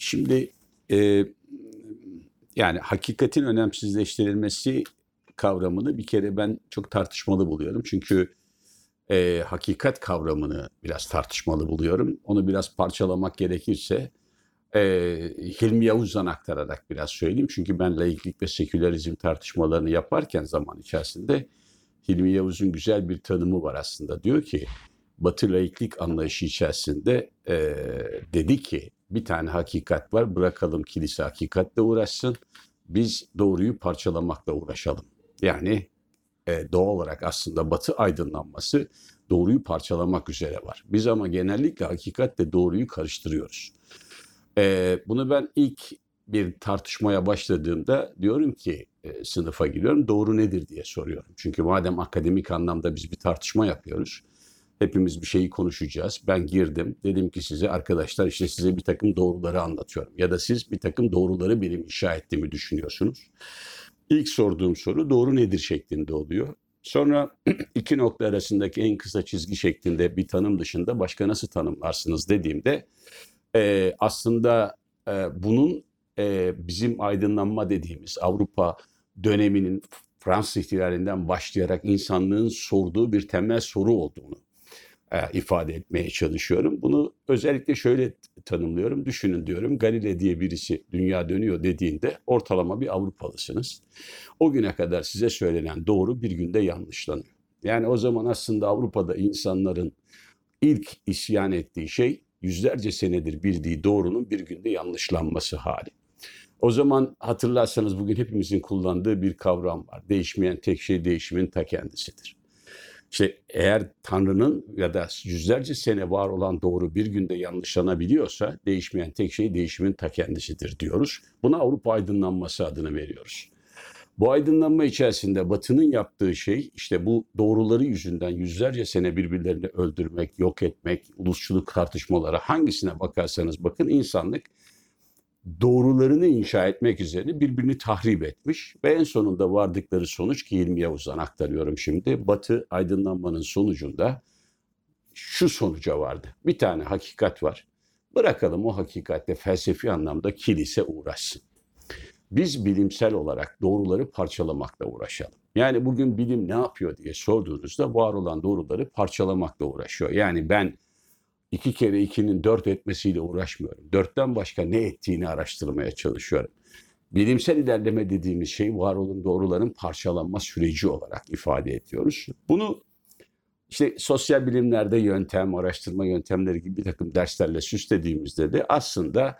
Şimdi e, yani hakikatin önemsizleştirilmesi kavramını bir kere ben çok tartışmalı buluyorum. Çünkü hakikat kavramını biraz tartışmalı buluyorum. Onu biraz parçalamak gerekirse e, Hilmi Yavuz'dan aktararak biraz söyleyeyim. Çünkü ben laiklik ve sekülerizm tartışmalarını yaparken zaman içerisinde Hilmi Yavuz'un güzel bir tanımı var aslında. Diyor ki Batı laiklik anlayışı içerisinde dedi ki bir tane hakikat var, bırakalım kilise hakikatle uğraşsın, biz doğruyu parçalamakla uğraşalım. Yani doğal olarak aslında Batı aydınlanması doğruyu parçalamak üzere var. Biz ama genellikle hakikatle doğruyu karıştırıyoruz. Bunu ben ilk bir tartışmaya başladığımda diyorum ki sınıfa giriyorum, doğru nedir diye soruyorum. Çünkü madem akademik anlamda biz bir tartışma yapıyoruz, hepimiz bir şeyi konuşacağız. Ben girdim, dedim ki size arkadaşlar işte size bir takım doğruları anlatıyorum. Ya da siz bir takım doğruları benim inşa ettiğimi düşünüyorsunuz. İlk sorduğum soru doğru nedir şeklinde oluyor. Sonra iki nokta arasındaki en kısa çizgi şeklinde bir tanım dışında başka nasıl tanımlarsınız dediğimde aslında bunun bizim aydınlanma dediğimiz Avrupa döneminin Fransız ihtilalinden başlayarak insanlığın sorduğu bir temel soru olduğunu ifade etmeye çalışıyorum. Bunu özellikle şöyle tanımlıyorum. Düşünün diyorum, Galile diye birisi dünya dönüyor dediğinde ortalama bir Avrupalısınız. O güne kadar size söylenen doğru bir günde yanlışlanıyor. Yani o zaman aslında Avrupa'da insanların ilk isyan ettiği şey yüzlerce senedir bildiği doğrunun bir günde yanlışlanması hali. O zaman hatırlarsanız bugün hepimizin kullandığı bir kavram var. Değişmeyen tek şey değişimin ta kendisidir. İşte eğer Tanrı'nın ya da yüzlerce sene var olan doğru bir günde yanlışlanabiliyorsa değişmeyen tek şey değişimin ta kendisidir diyoruz. Buna Avrupa aydınlanması adını veriyoruz. Bu aydınlanma içerisinde Batı'nın yaptığı şey işte bu doğruları yüzünden yüzlerce sene birbirlerini öldürmek, yok etmek, ulusçuluk tartışmaları hangisine bakarsanız bakın insanlık doğrularını inşa etmek üzere birbirini tahrip etmiş ve en sonunda vardıkları sonuç ki Hilmi Yavuz'dan aktarıyorum şimdi. Batı aydınlanmanın sonucunda şu sonuca vardı. Bir tane hakikat var. Bırakalım o hakikatle felsefi anlamda kilise uğraşsın. Biz bilimsel olarak doğruları parçalamakla uğraşalım. Yani bugün bilim ne yapıyor diye sorduğunuzda var olan doğruları parçalamakla uğraşıyor. Yani ben 2 kere 2'nin 4 etmesiyle uğraşmıyorum. 4'ten başka ne ettiğini araştırmaya çalışıyorum. Bilimsel ilerleme dediğimiz şey var olan doğruların parçalanma süreci olarak ifade ediyoruz. Bunu işte sosyal bilimlerde yöntem, araştırma yöntemleri gibi bir takım derslerle süslediğimizde de aslında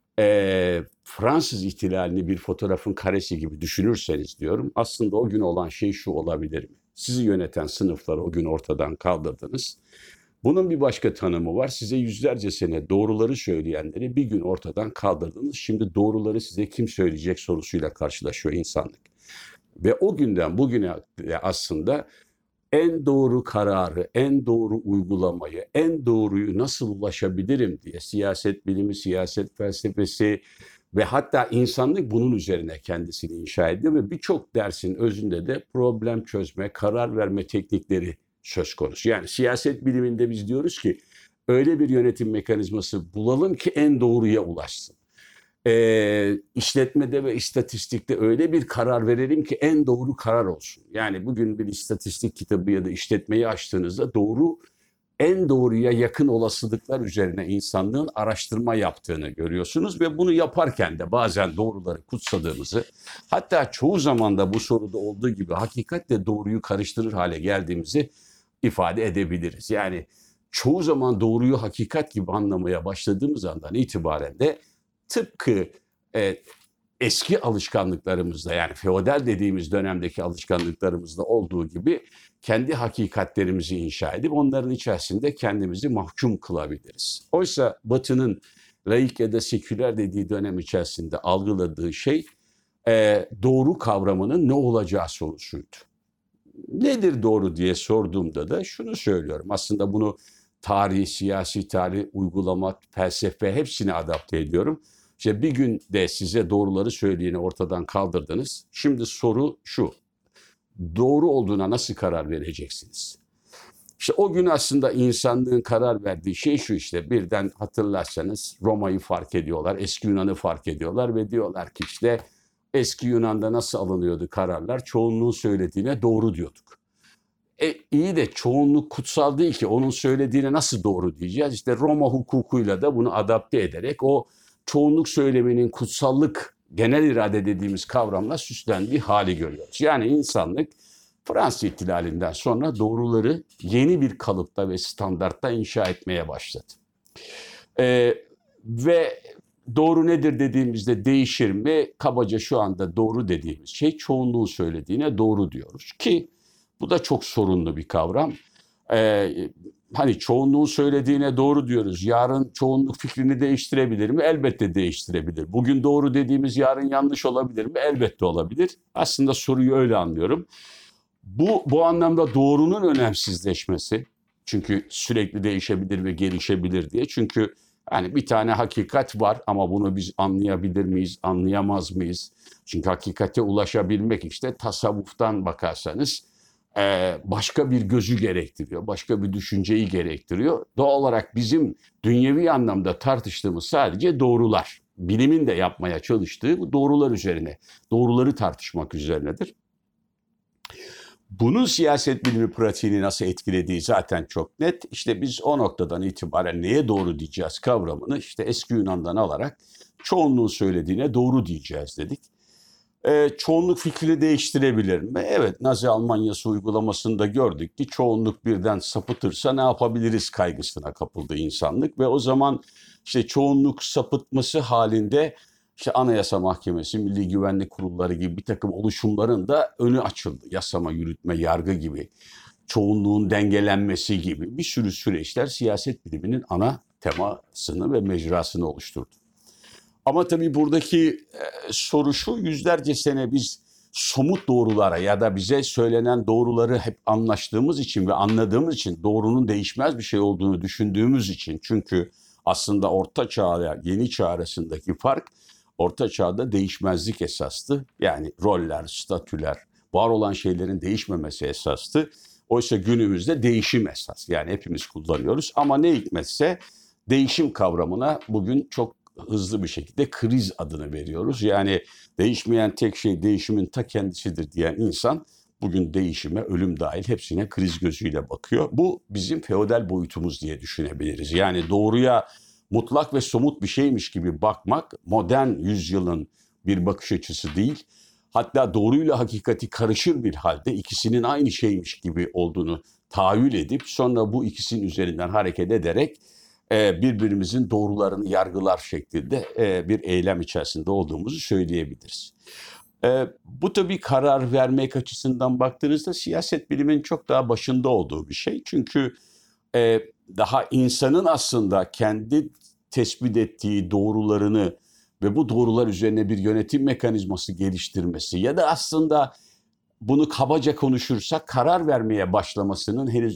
Fransız ihtilalini bir fotoğrafın karesi gibi düşünürseniz diyorum, aslında o gün olan şey şu olabilir mi? Sizi yöneten sınıfları o gün ortadan kaldırdınız. Bunun bir başka tanımı var. Size yüzlerce sene doğruları söyleyenleri bir gün ortadan kaldırdınız. Şimdi doğruları size kim söyleyecek sorusuyla karşılaşıyor insanlık. Ve o günden bugüne aslında en doğru kararı, en doğru uygulamayı, en doğruyu nasıl ulaşabilirim diye siyaset bilimi, siyaset felsefesi ve hatta insanlık bunun üzerine kendisini inşa ediyor ve birçok dersin özünde de problem çözme, karar verme teknikleri söz konusu. Yani siyaset biliminde biz diyoruz ki öyle bir yönetim mekanizması bulalım ki en doğruya ulaşsın. İşletmede ve istatistikte öyle bir karar verelim ki en doğru karar olsun. Yani bugün bir istatistik kitabı ya da işletmeyi açtığınızda doğru, en doğruya yakın olasılıklar üzerine insanlığın araştırma yaptığını görüyorsunuz ve bunu yaparken de bazen doğruları kutsadığımızı, hatta çoğu zaman da bu soruda olduğu gibi hakikatle doğruyu karıştırır hale geldiğimizi ifade edebiliriz. Yani çoğu zaman doğruyu hakikat gibi anlamaya başladığımız andan itibaren de tıpkı eski alışkanlıklarımızda, yani feodal dediğimiz dönemdeki alışkanlıklarımızda olduğu gibi kendi hakikatlerimizi inşa edip onların içerisinde kendimizi mahkum kılabiliriz. Oysa Batı'nın laik ya da seküler dediği dönem içerisinde algıladığı şey doğru kavramının ne olacağı sorusuydu. Nedir doğru diye sorduğumda da şunu söylüyorum. Aslında bunu tarih, siyasi tarih, uygulama, felsefe hepsini adapte ediyorum. İşte bir günde size doğruları söyleyeni ortadan kaldırdınız. Şimdi soru şu: doğru olduğuna nasıl karar vereceksiniz? İşte o gün aslında insanlığın karar verdiği şey şu, işte birden hatırlarsanız Roma'yı fark ediyorlar, eski Yunan'ı fark ediyorlar ve diyorlar ki işte eski Yunan'da nasıl alınıyordu kararlar? Çoğunluğun söylediğine doğru diyorduk. İyi de çoğunluk kutsal değil ki, onun söylediğine nasıl doğru diyeceğiz? İşte Roma hukukuyla da bunu adapte ederek o çoğunluk söyleminin kutsallık, genel irade dediğimiz kavramla süslendiği hali görüyoruz. Yani insanlık Fransız İhtilalinden sonra doğruları yeni bir kalıpta ve standartta inşa etmeye başladı. Ve doğru nedir dediğimizde değişir mi? Kabaca şu anda doğru dediğimiz şey çoğunluğun söylediğine doğru diyoruz ki bu da çok sorunlu bir kavram. Hani çoğunluğun söylediğine doğru diyoruz. Yarın çoğunluk fikrini değiştirebilir mi? Elbette değiştirebilir. Bugün doğru dediğimiz yarın yanlış olabilir mi? Elbette olabilir. Aslında soruyu öyle anlıyorum. Bu anlamda doğrunun önemsizleşmesi, çünkü sürekli değişebilir ve gelişebilir diye. Çünkü hani bir tane hakikat var ama bunu biz anlayabilir miyiz, anlayamaz mıyız? Çünkü hakikate ulaşabilmek işte tasavvuftan bakarsanız başka bir gözü gerektiriyor, başka bir düşünceyi gerektiriyor. Doğal olarak bizim dünyevi anlamda tartıştığımız sadece doğrular. Bilimin de yapmaya çalıştığı bu doğrular üzerine, doğruları tartışmak üzerinedir. Bunun siyaset bilimi pratiğini nasıl etkilediği zaten çok net. İşte biz o noktadan itibaren neye doğru diyeceğiz kavramını işte eski Yunan'dan alarak çoğunluğun söylediğine doğru diyeceğiz dedik. Çoğunluk fikri değiştirebilir mi? Evet, Nazi Almanyası uygulamasında gördük ki çoğunluk birden sapıtırsa ne yapabiliriz kaygısına kapıldı insanlık ve o zaman işte çoğunluk sapıtması halinde işte Anayasa Mahkemesi, Milli Güvenlik Kurulları gibi bir takım oluşumların da önü açıldı. Yasama, yürütme, yargı gibi, çoğunluğun dengelenmesi gibi bir sürü süreçler siyaset biliminin ana temasını ve mecrasını oluşturdu. Ama tabii buradaki soru şu, yüzlerce sene biz somut doğrulara ya da bize söylenen doğruları hep anlaştığımız için ve anladığımız için, doğrunun değişmez bir şey olduğunu düşündüğümüz için, çünkü aslında Orta Çağ ile Yeni Çağ arasındaki fark, Orta Çağ'da değişmezlik esastı. Yani roller, statüler, var olan şeylerin değişmemesi esastı. Oysa günümüzde değişim esas. Yani hepimiz kullanıyoruz ama ne hikmetse değişim kavramına bugün çok hızlı bir şekilde kriz adını veriyoruz. Yani değişmeyen tek şey değişimin ta kendisidir diyen insan bugün değişime, ölüm dahil hepsine kriz gözüyle bakıyor. Bu bizim feodal boyutumuz diye düşünebiliriz. Yani doğruya mutlak ve somut bir şeymiş gibi bakmak modern yüzyılın bir bakış açısı değil. Hatta doğruyla hakikati karışır bir halde ikisinin aynı şeymiş gibi olduğunu tahayyül edip sonra bu ikisinin üzerinden hareket ederek birbirimizin doğrularını yargılar şeklinde bir eylem içerisinde olduğumuzu söyleyebiliriz. Bu tabii karar vermek açısından baktığınızda siyaset biliminin çok daha başında olduğu bir şey. Çünkü daha insanın aslında kendi tespit ettiği doğrularını ve bu doğrular üzerine bir yönetim mekanizması geliştirmesi ya da aslında bunu kabaca konuşursak karar vermeye başlamasının henüz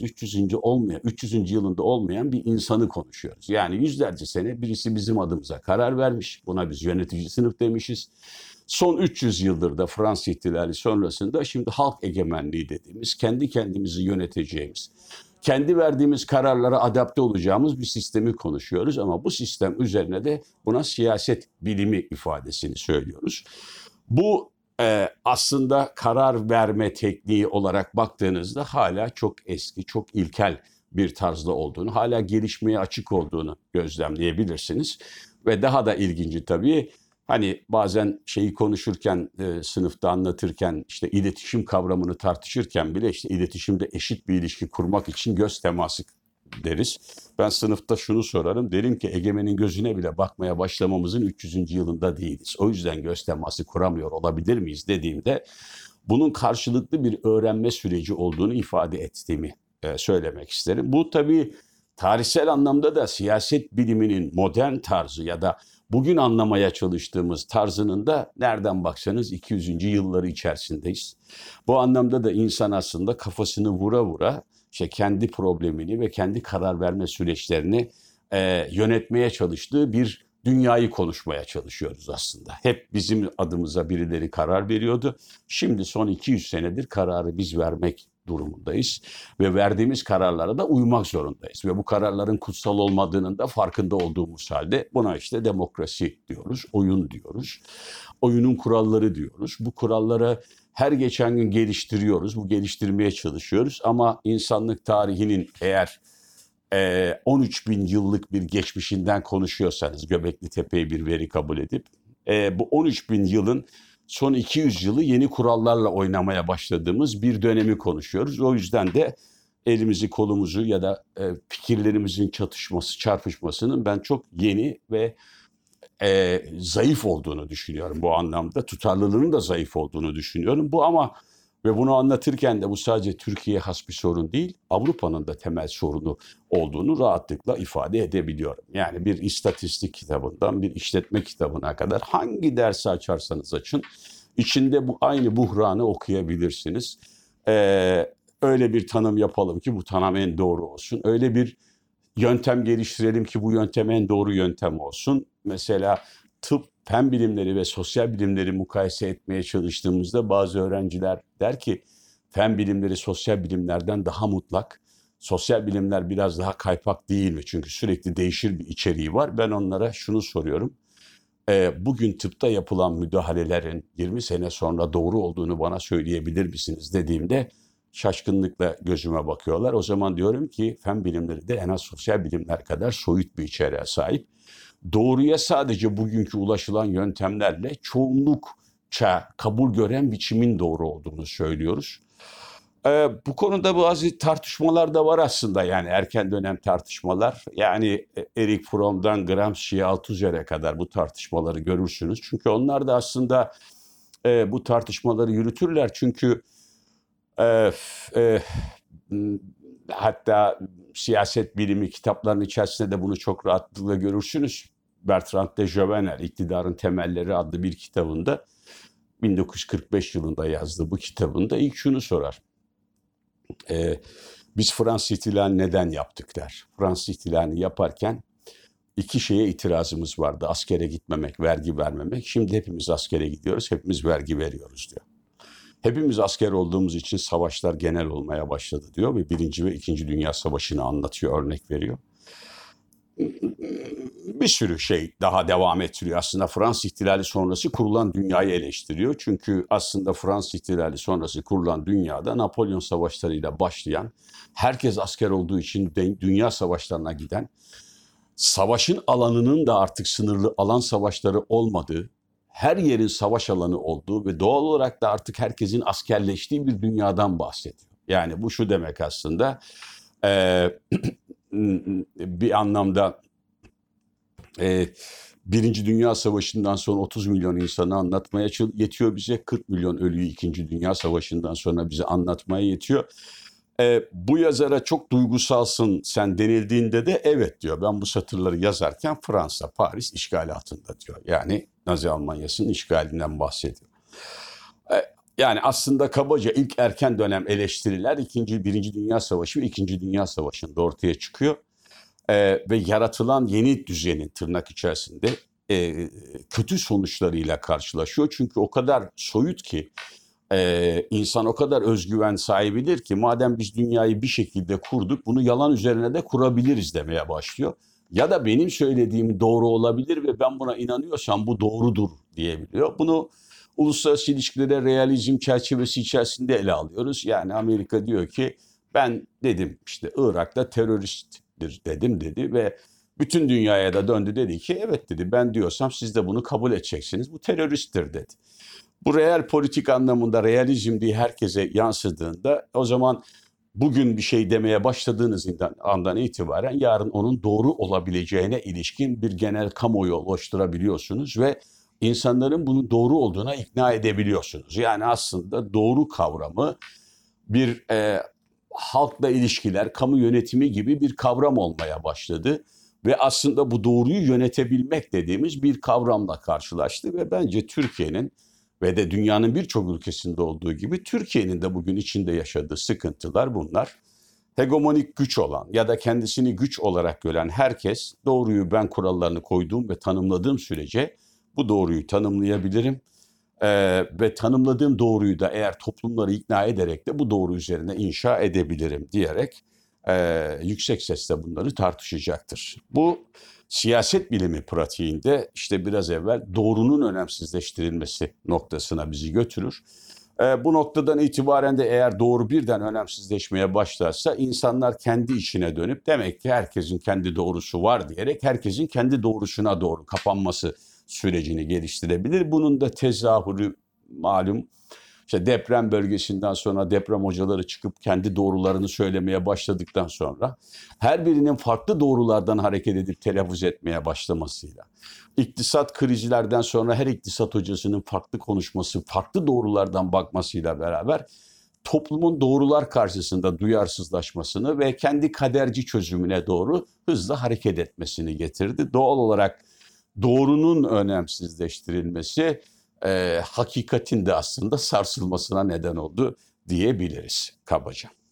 300. yılında olmayan bir insanı konuşuyoruz. Yani yüzlerce sene birisi bizim adımıza karar vermiş. Buna biz yönetici sınıf demişiz. Son 300 yıldır da Fransız İhtilali sonrasında şimdi halk egemenliği dediğimiz, kendi kendimizi yöneteceğimiz, kendi verdiğimiz kararlara adapte olacağımız bir sistemi konuşuyoruz. Ama bu sistem üzerine de buna siyaset bilimi ifadesini söylüyoruz. Bu aslında karar verme tekniği olarak baktığınızda hala çok eski, çok ilkel bir tarzda olduğunu, hala gelişmeye açık olduğunu gözlemleyebilirsiniz. Ve daha da ilginci tabii, hani bazen şeyi konuşurken, sınıfta anlatırken, işte iletişim kavramını tartışırken bile işte iletişimde eşit bir ilişki kurmak için göz teması deriz. Ben sınıfta şunu sorarım, derim ki egemenin gözüne bile bakmaya başlamamızın 300. yılında değiliz. O yüzden göz teması kuramıyor olabilir miyiz dediğimde bunun karşılıklı bir öğrenme süreci olduğunu ifade ettiğimi söylemek isterim. Bu tabii tarihsel anlamda da siyaset biliminin modern tarzı ya da bugün anlamaya çalıştığımız tarzının da nereden baksanız 200. yılları içerisindeyiz. Bu anlamda da insan aslında kafasını vura vura işte kendi problemini ve kendi karar verme süreçlerini yönetmeye çalıştığı bir dünyayı konuşmaya çalışıyoruz aslında. Hep bizim adımıza birileri karar veriyordu. Şimdi son 200 senedir kararı biz vermek durumundayız ve verdiğimiz kararlara da uymak zorundayız ve bu kararların kutsal olmadığının da farkında olduğumuz halde buna işte demokrasi diyoruz, oyun diyoruz, oyunun kuralları diyoruz. Bu kuralları her geçen gün geliştiriyoruz, bu geliştirmeye çalışıyoruz ama insanlık tarihinin eğer 13 bin yıllık bir geçmişinden konuşuyorsanız Göbekli Tepe'yi bir veri kabul edip bu 13 bin yılın son 200 yılı yeni kurallarla oynamaya başladığımız bir dönemi konuşuyoruz. O yüzden de elimizi kolumuzu ya da fikirlerimizin çarpışmasının ben çok yeni ve zayıf olduğunu düşünüyorum bu anlamda. Tutarlılığının da zayıf olduğunu düşünüyorum. Bu ama ve bunu anlatırken de bu sadece Türkiye'ye has bir sorun değil, Avrupa'nın da temel sorunu olduğunu rahatlıkla ifade edebiliyorum. Yani bir istatistik kitabından bir işletme kitabına kadar hangi dersi açarsanız açın, içinde bu aynı buhranı okuyabilirsiniz. Öyle bir tanım yapalım ki bu tanım en doğru olsun. Öyle bir yöntem geliştirelim ki bu yöntem en doğru yöntem olsun. Mesela tıp, fen bilimleri ve sosyal bilimleri mukayese etmeye çalıştığımızda bazı öğrenciler der ki fen bilimleri sosyal bilimlerden daha mutlak. Sosyal bilimler biraz daha kaypak değil mi? Çünkü sürekli değişir bir içeriği var. Ben onlara şunu soruyorum. Bugün tıpta yapılan müdahalelerin 20 sene sonra doğru olduğunu bana söyleyebilir misiniz dediğimde şaşkınlıkla gözüme bakıyorlar. O zaman diyorum ki fen bilimleri de en az sosyal bilimler kadar soyut bir içeriğe sahip. Doğruya sadece bugünkü ulaşılan yöntemlerle çoğunlukça kabul gören biçimin doğru olduğunu söylüyoruz. Bu konuda bazı tartışmalar da var aslında, yani erken dönem tartışmalar. Yani Erich Fromm'dan Gramsci'ye Althusser'e kadar bu tartışmaları görürsünüz. Çünkü onlar da aslında bu tartışmaları yürütürler. Çünkü hatta siyaset bilimi kitaplarının içerisinde de bunu çok rahatlıkla görürsünüz. Bertrand de Jouvenel, İktidarın Temelleri adlı bir kitabında 1945 yılında yazdığı bu kitabında ilk şunu sorar. Biz Fransız ihtilalini neden yaptık der. Fransız ihtilalini yaparken iki şeye itirazımız vardı. Askere gitmemek, vergi vermemek. Şimdi hepimiz askere gidiyoruz, hepimiz vergi veriyoruz diyor. Hepimiz asker olduğumuz için savaşlar genel olmaya başladı diyor ve Birinci ve İkinci Dünya Savaşı'nı anlatıyor, örnek veriyor. Bir sürü şey daha devam ettiriyor. Aslında Fransız İhtilali sonrası kurulan dünyayı eleştiriyor. Çünkü aslında Fransız İhtilali sonrası kurulan dünyada Napolyon savaşlarıyla başlayan, herkes asker olduğu için dünya savaşlarına giden, savaşın alanının da artık sınırlı alan savaşları olmadığı, her yerin savaş alanı olduğu ve doğal olarak da artık herkesin askerleştiği bir dünyadan bahsediyor. Yani bu şu demek aslında, bir anlamda Birinci Dünya Savaşı'ndan sonra 30 milyon insanı anlatmaya yetiyor bize. 40 milyon ölüyü İkinci Dünya Savaşı'ndan sonra bize anlatmaya yetiyor. Bu yazara çok duygusalsın sen denildiğinde de evet diyor. Ben bu satırları yazarken Fransa, Paris işgal altında diyor. Yani Nazi Almanyası'nın işgalinden bahsediyor. Yani aslında kabaca ilk erken dönem eleştiriler Birinci Dünya Savaşı ve İkinci Dünya Savaşı'nda ortaya çıkıyor. Ve yaratılan yeni düzenin tırnak içerisinde kötü sonuçlarıyla karşılaşıyor. Çünkü o kadar soyut ki insan o kadar özgüven sahibidir ki madem biz dünyayı bir şekilde kurduk bunu yalan üzerine de kurabiliriz demeye başlıyor. Ya da benim söylediğim doğru olabilir ve ben buna inanıyorsam bu doğrudur diyebiliyor. Bunu uluslararası ilişkilere realizm çerçevesi içerisinde ele alıyoruz. Yani Amerika diyor ki ben dedim işte Irak'ta teröristtir dedim dedi ve bütün dünyaya da döndü dedi ki evet dedi ben diyorsam siz de bunu kabul edeceksiniz bu teröristtir dedi. Bu real politik anlamında realizm diye herkese yansıdığında o zaman bugün bir şey demeye başladığınız andan itibaren yarın onun doğru olabileceğine ilişkin bir genel kamuoyu oluşturabiliyorsunuz ve insanların bunun doğru olduğuna ikna edebiliyorsunuz. Yani aslında doğru kavramı bir halkla ilişkiler, kamu yönetimi gibi bir kavram olmaya başladı. Ve aslında bu doğruyu yönetebilmek dediğimiz bir kavramla karşılaştı ve bence Türkiye'nin ve de dünyanın birçok ülkesinde olduğu gibi Türkiye'nin de bugün içinde yaşadığı sıkıntılar bunlar. Hegemonik güç olan ya da kendisini güç olarak gören herkes doğruyu ben kurallarını koyduğum ve tanımladığım sürece bu doğruyu tanımlayabilirim. Ve tanımladığım doğruyu da eğer toplumları ikna ederek de bu doğru üzerine inşa edebilirim diyerek yüksek sesle bunları tartışacaktır. Bu siyaset bilimi pratiğinde işte biraz evvel doğrunun önemsizleştirilmesi noktasına bizi götürür. Bu noktadan itibaren de eğer doğru birden önemsizleşmeye başlarsa insanlar kendi içine dönüp demek ki herkesin kendi doğrusu var diyerek herkesin kendi doğrusuna doğru kapanması sürecini geliştirebilir. Bunun da tezahürü malum. İşte deprem bölgesinden sonra deprem hocaları çıkıp kendi doğrularını söylemeye başladıktan sonra her birinin farklı doğrulardan hareket edip telaffuz etmeye başlamasıyla, iktisat krizlerden sonra her iktisat hocasının farklı konuşması, farklı doğrulardan bakmasıyla beraber toplumun doğrular karşısında duyarsızlaşmasını ve kendi kaderci çözümüne doğru hızla hareket etmesini getirdi. Doğal olarak doğrunun önemsizleştirilmesi hakikatin de aslında sarsılmasına neden oldu diyebiliriz kabaca.